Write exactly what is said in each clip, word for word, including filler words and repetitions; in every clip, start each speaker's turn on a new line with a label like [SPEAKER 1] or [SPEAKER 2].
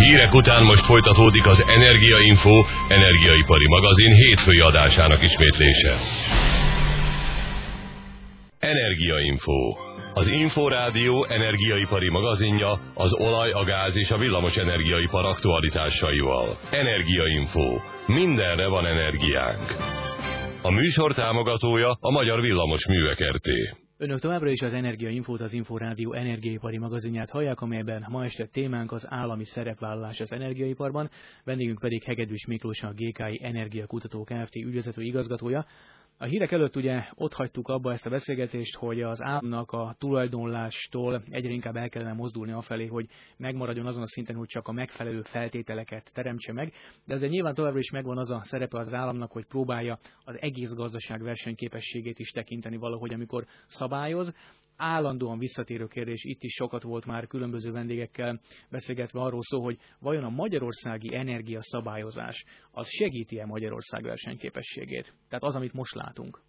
[SPEAKER 1] hírek után most folytatódik az Energiainfo energiaipari magazin hétfői adásának ismétlése. Energiainfo. Az Inforádió energiaipari magazinja az olaj, a gáz és a villamos energiaipar aktualitásaival. Energiainfo. Mindenre van energiánk. A műsor támogatója a Magyar Villamosművek Kft.
[SPEAKER 2] Önök továbbra is az Energiainfót, az Inforádió energiaipari magazinját hallják, amelyben ma este témánk az állami szerepvállalás az energiaiparban, vendégünk pedig Hegedűs Miklós, a gé ká i Energiakutató Kft. Ügyvezető igazgatója. A hírek előtt ugye ott hagytuk abba ezt a beszélgetést, hogy az államnak a tulajdonlástól egyre inkább el kellene mozdulni afelé, hogy megmaradjon azon a szinten, hogy csak a megfelelő feltételeket teremtse meg, de azért nyilván továbbra is megvan az a szerepe az államnak, hogy próbálja az egész gazdaság versenyképességét is tekinteni valahogy, amikor szabályoz. Állandóan visszatérő kérdés, itt is sokat volt már különböző vendégekkel beszélgetve arról szó, hogy vajon a magyarországi energiaszabályozás az segíti-e Magyarország versenyképességét? Tehát az, amit most látunk.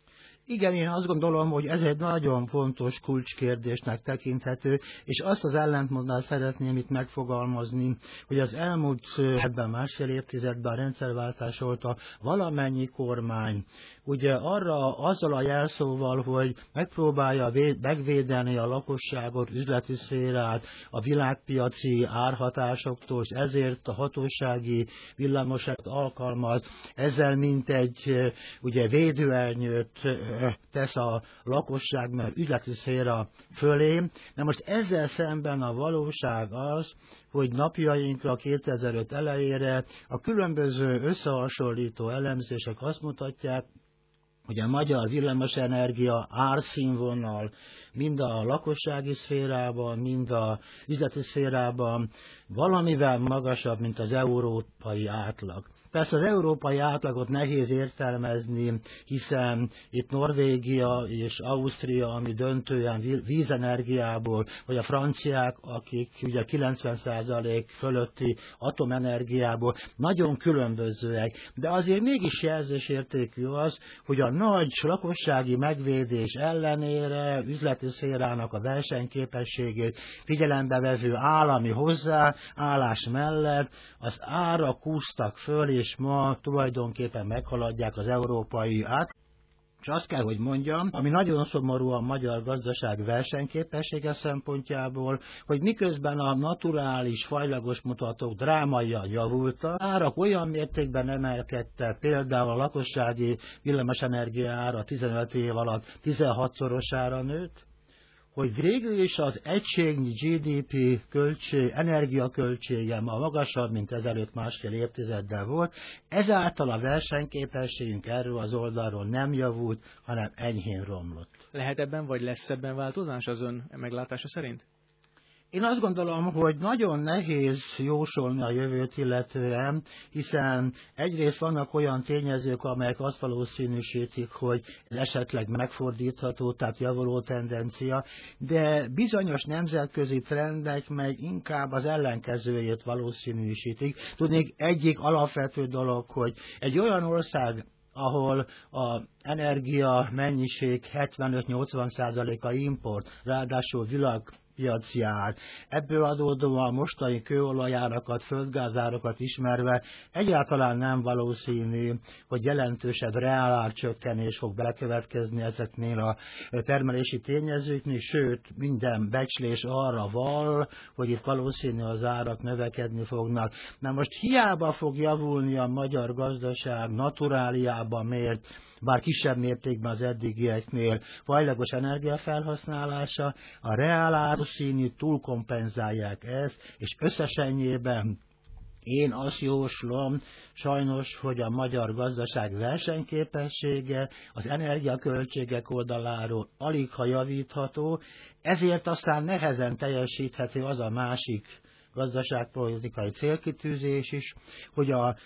[SPEAKER 3] Igen, én azt gondolom, hogy ez egy nagyon fontos kulcskérdésnek tekinthető, és azt az ellentmondást szeretném itt megfogalmazni, hogy az elmúlt ebben másfél évtizedben a rendszerváltás óta valamennyi kormány ugye arra azzal a jelszóval, hogy megpróbálja véd, megvédeni a lakosságot, üzleti szférát, a világpiaci árhatásoktól, és ezért a hatósági villamoset alkalmaz, ezzel mint egy ugye védőernyőt tesz a lakosság, mert üzleti szféra fölé. De most ezzel szemben a valóság az, hogy napjainkra kétezer-öt elejére a különböző összehasonlító elemzések azt mutatják, hogy a magyar villamosenergia árszínvonal mind a lakossági szférában, mind a üzleti szférában valamivel magasabb, mint az európai átlag. Persze az európai átlagot nehéz értelmezni, hiszen itt Norvégia és Ausztria, ami döntően vízenergiából, vagy a franciák, akik ugye kilencven százalék fölötti atomenergiából nagyon különbözőek. De azért mégis jelzésértékű az, hogy a nagy lakossági megvédés ellenére üzleti szférának a versenyképességét figyelembe vevő állami hozzáállás mellett az árak kúsztak föl, és ma tulajdonképpen meghaladják az európai át. És azt kell, hogy mondjam, ami nagyon szomorú a magyar gazdaság versenyképessége szempontjából, hogy miközben a naturális, fajlagos mutatók drámaian javultak, árak olyan mértékben emelkedtek, például a lakossági villamosenergia ára tizenöt év alatt tizenhatszorosára nőtt, hogy végül is az egységnyi gé dé pé költség, energiaköltsége ma magasabb, mint ezelőtt másfél évtizeddel volt, ezáltal a versenyképességünk erről az oldalról nem javult, hanem enyhén romlott.
[SPEAKER 2] Lehet ebben vagy lesz ebben változás az ön meglátása szerint?
[SPEAKER 3] Én azt gondolom, hogy nagyon nehéz jósolni a jövőt illetően, hiszen egyrészt vannak olyan tényezők, amelyek azt valószínűsítik, hogy esetleg megfordítható, tehát javuló tendencia, de bizonyos nemzetközi trendek meg inkább az ellenkezőjét valószínűsítik. Tudnék, egyik alapvető dolog, hogy egy olyan ország, ahol az energia mennyiség hetvenöt-nyolcvan százaléka import, ráadásul világ piaci ár. Ebből adódóan a mostani kőolajárakat, földgázárakat ismerve egyáltalán nem valószínű, hogy jelentősebb reálárcsökkenés fog bekövetkezni ezeknél a termelési tényezőknél, sőt, minden becslés arra val, hogy itt valószínű az árak növekedni fognak. Na most hiába fog javulni a magyar gazdaság naturáliában mért, bár kisebb mértékben az eddigieknél fajlagos energiafelhasználása, a reálárszínű túlkompenzálják ezt, és összesenjében én azt jóslom, sajnos, hogy a magyar gazdaság versenyképessége az energiaköltségek oldaláról alig ha javítható, ezért aztán nehezen teljesíthető az a másik gazdaságpolitikai célkitűzés is, hogy a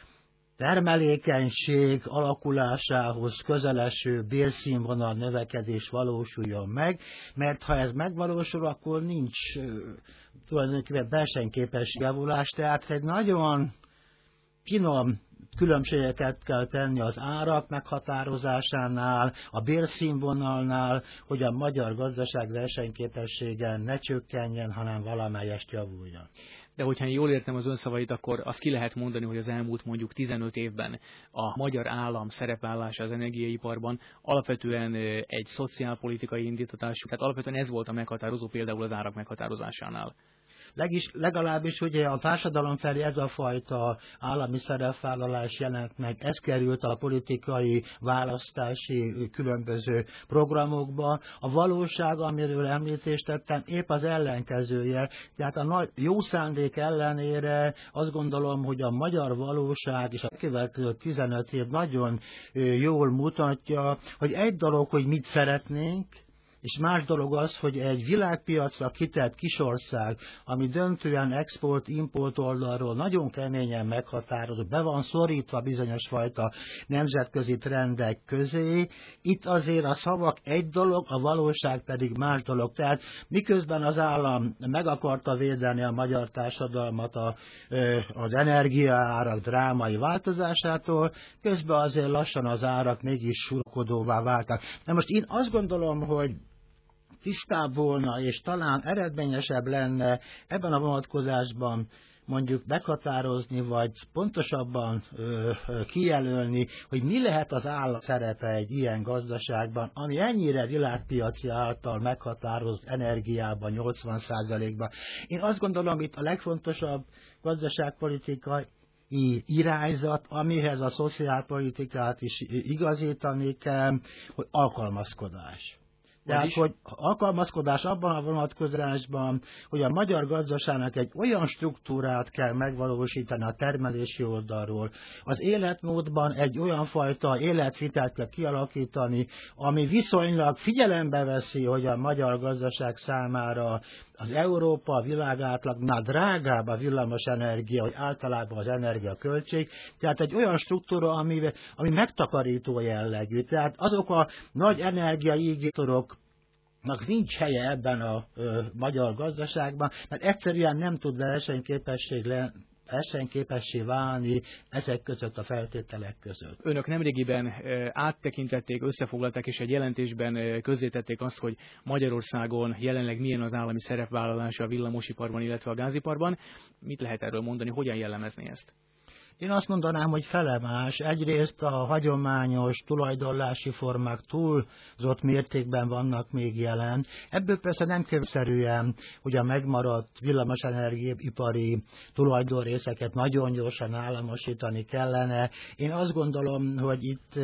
[SPEAKER 3] termelékenység alakulásához közeleső bérszínvonal növekedés valósuljon meg, mert ha ez megvalósul, akkor nincs uh, tulajdonképpen versenyképes javulás, tehát egy nagyon finom különbségeket kell tenni az árak meghatározásánál, a bérszínvonalnál, hogy a magyar gazdaság versenyképessége ne csökkenjen, hanem valamelyest javuljon.
[SPEAKER 2] De hogyha én jól értem az ön szavait, akkor azt ki lehet mondani, hogy az elmúlt mondjuk tizenöt évben a magyar állam szerepvállása az energiaiparban alapvetően egy szociálpolitikai indítatású, tehát alapvetően ez volt a meghatározó például az árak meghatározásánál.
[SPEAKER 3] Legis, legalábbis ugye a társadalom felé ez a fajta állami szerepvállalás jelent meg, ez került a politikai választási különböző programokba. A valóság, amiről említést tettem, épp az ellenkezője. Tehát a nagy, jó szándék ellenére azt gondolom, hogy a magyar valóság és a következő tizenöt év nagyon jól mutatja, hogy egy dolog, hogy mit szeretnénk, és más dolog az, hogy egy világpiacra kitett kisország, ami döntően export-import oldalról nagyon keményen meghatározott, be van szorítva bizonyos fajta nemzetközi trendek közé, itt azért a szavak egy dolog, a valóság pedig más dolog. Tehát miközben az állam meg akarta védeni a magyar társadalmat a, az energiaárak drámai változásától, közben azért lassan az árak mégis surkodóvá váltak. Na most én azt gondolom, hogy tisztább volna, és talán eredményesebb lenne ebben a vonatkozásban mondjuk meghatározni, vagy pontosabban ö, ö, kijelölni, hogy mi lehet az állam szerepe egy ilyen gazdaságban, ami ennyire világpiaci által meghatározott energiában, nyolcvan százalékban. Én azt gondolom, itt a legfontosabb gazdaságpolitikai irányzat, amihez a szociálpolitikát is igazítani kell, hogy alkalmazkodás. Tehát, hogy alkalmazkodás abban a vonatkozásban, hogy a magyar gazdaságnak egy olyan struktúrát kell megvalósítani a termelési oldalról, az életmódban egy olyan fajta életvitelt kell kialakítani, ami viszonylag figyelembe veszi, hogy a magyar gazdaság számára az Európa, a világátlagnál drágább a villamos energia, hogy általában az energiaköltség, tehát egy olyan struktúra, ami, ami megtakarító jellegű. Tehát azok a nagy energiaigénytorok, nincs helye ebben a ö, magyar gazdaságban, mert egyszerűen nem tud versenyképesség le, versenyképessé válni ezek között a feltételek között.
[SPEAKER 2] Önök nemrégiben áttekintették, összefoglalták, és egy jelentésben közzétették azt, hogy Magyarországon jelenleg milyen az állami szerepvállalása a villamosiparban, illetve a gáziparban. Mit lehet erről mondani, hogyan jellemezni ezt?
[SPEAKER 3] Én azt mondanám, hogy felemás. Egyrészt a hagyományos tulajdonlási formák túlzott mértékben vannak még jelen. Ebből persze nem kevszerűen, hogy a megmaradt villamosenergiaipari tulajdonrészeket nagyon gyorsan államosítani kellene. Én azt gondolom, hogy itt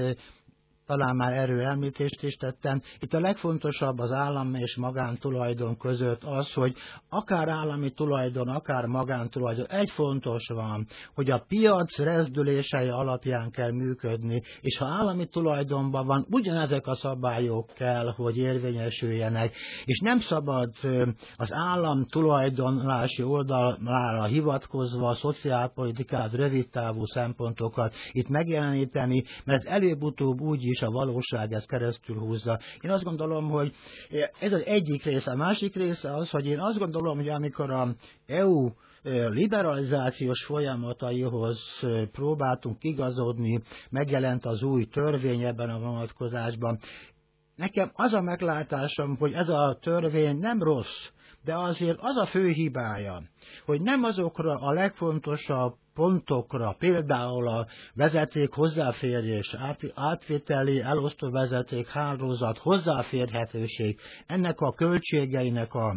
[SPEAKER 3] talán már erről említést is tettem. Itt a legfontosabb az állam és magántulajdon között az, hogy akár állami tulajdon, akár magántulajdon, egy fontos van, hogy a piac rezdülései alapján kell működni, és ha állami tulajdonban van, ugyanezek a szabályok kell, hogy érvényesüljenek, és nem szabad az állam tulajdonlási oldalára hivatkozva a szociálpolitikát, rövidtávú szempontokat itt megjeleníteni, mert ez előbb-utóbb úgy is a valóság ezt keresztül húzza. Én azt gondolom, hogy ez az egyik része. A másik része az, hogy én azt gondolom, hogy amikor a é u liberalizációs folyamataihoz próbáltunk igazodni, megjelent az új törvény ebben a vonatkozásban. Nekem az a meglátásom, hogy ez a törvény nem rossz, de azért az a fő hibája, hogy nem azokra a legfontosabb pontokra, például a vezeték hozzáférés, átvételi elosztó vezeték hálózat hozzáférhetőség, ennek a költségeinek a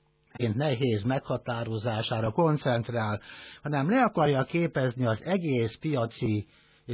[SPEAKER 3] nehéz meghatározására koncentrál, hanem le akarja képezni az egész piaci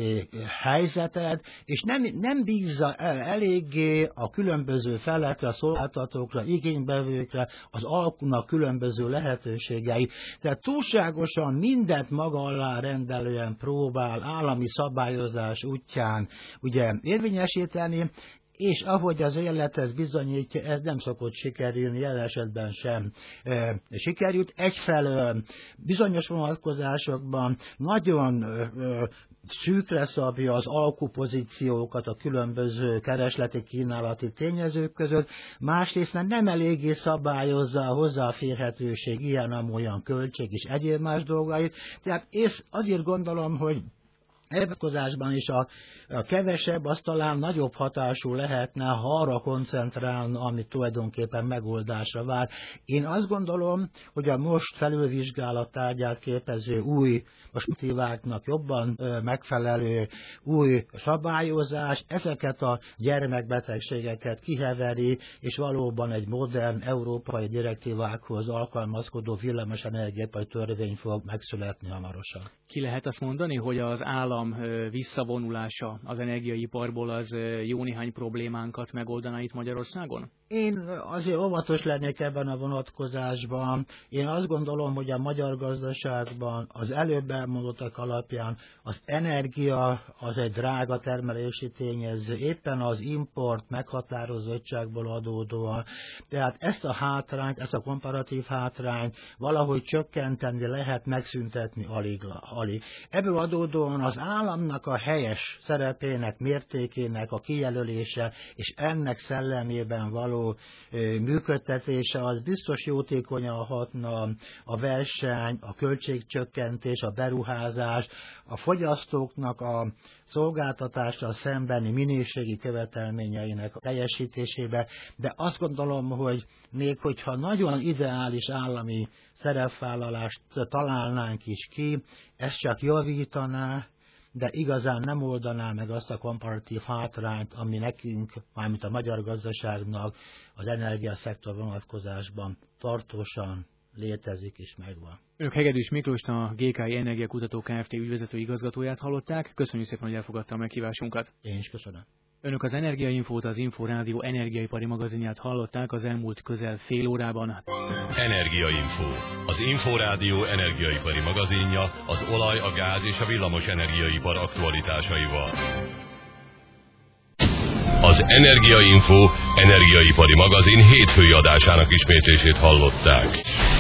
[SPEAKER 3] helyzetet, és nem, nem bízza el eléggé a különböző felekre, a szolgáltatókra, igénybevőkre, az alkunak különböző lehetőségei. Tehát túlságosan mindent maga alá rendelően próbál állami szabályozás útján ugye érvényesíteni, és ahogy az élet ez bizonyítja, ez nem szokott sikerülni, jelen esetben sem e, sikerült. Egyfelől bizonyos vonatkozásokban nagyon e, szűkre szabja az alkupozíciókat a különböző keresleti kínálati tényezők között, másrészt nem eléggé szabályozza a hozzáférhetőség ilyen-amolyan költség és egyéb más dolgait. Tehát és azért gondolom, hogy Ebben is a, a kevesebb, az talán nagyobb hatású lehetne, ha arra koncentrálna, ami tulajdonképpen megoldásra vár. Én azt gondolom, hogy a most felülvizsgálat tárgyát képező új, most motiváknak jobban ö, megfelelő új szabályozás ezeket a gyermekbetegségeket kiheveri, és valóban egy modern európai direktívákhoz alkalmazkodó villamos energiaipari törvény fog megszületni hamarosan.
[SPEAKER 2] Ki lehet azt mondani, hogy az állam visszavonulása az energiaiparból az jó néhány problémánkat megoldaná itt Magyarországon?
[SPEAKER 3] Én azért óvatos lennék ebben a vonatkozásban. Én azt gondolom, hogy a magyar gazdaságban az előbb elmondottak alapján az energia az egy drága termelési tényező, éppen az import meghatározottságból adódóan. Tehát ezt a hátrányt, ezt a komparatív hátrányt valahogy csökkenteni lehet, megszüntetni alig. alig. Ebből adódóan az államnak a helyes szerepének, mértékének a kijelölése és ennek szellemében való működtetése az biztos jótékonyan hatna a verseny, a költségcsökkentés, a beruházás, a fogyasztóknak a szolgáltatással szembeni minőségi követelményeinek a teljesítésébe, de azt gondolom, hogy még hogyha nagyon ideális állami szerepvállalást találnánk is ki, ez csak javítaná, de igazán nem oldaná meg azt a komparatív hátrányt, ami nekünk, mármint a magyar gazdaságnak az energiaszektor vonatkozásban tartósan létezik és megvan.
[SPEAKER 2] Önök Hegedűs Miklóst, a gé ká i Energiakutató Kft. Ügyvezető igazgatóját hallották. Köszönjük szépen, hogy elfogadta a meghívásunkat.
[SPEAKER 3] Én is köszönöm.
[SPEAKER 2] Önök az Energiainfót, az Inforádió energiaipari magazinját hallották az elmúlt közel fél órában.
[SPEAKER 1] Energiainfó, az Inforádió energiaipari magazinja az olaj, a gáz és a villamos energiaipar aktualitásaival. Az Energiainfo energiaipari magazin hétfői adásának ismétlését hallották.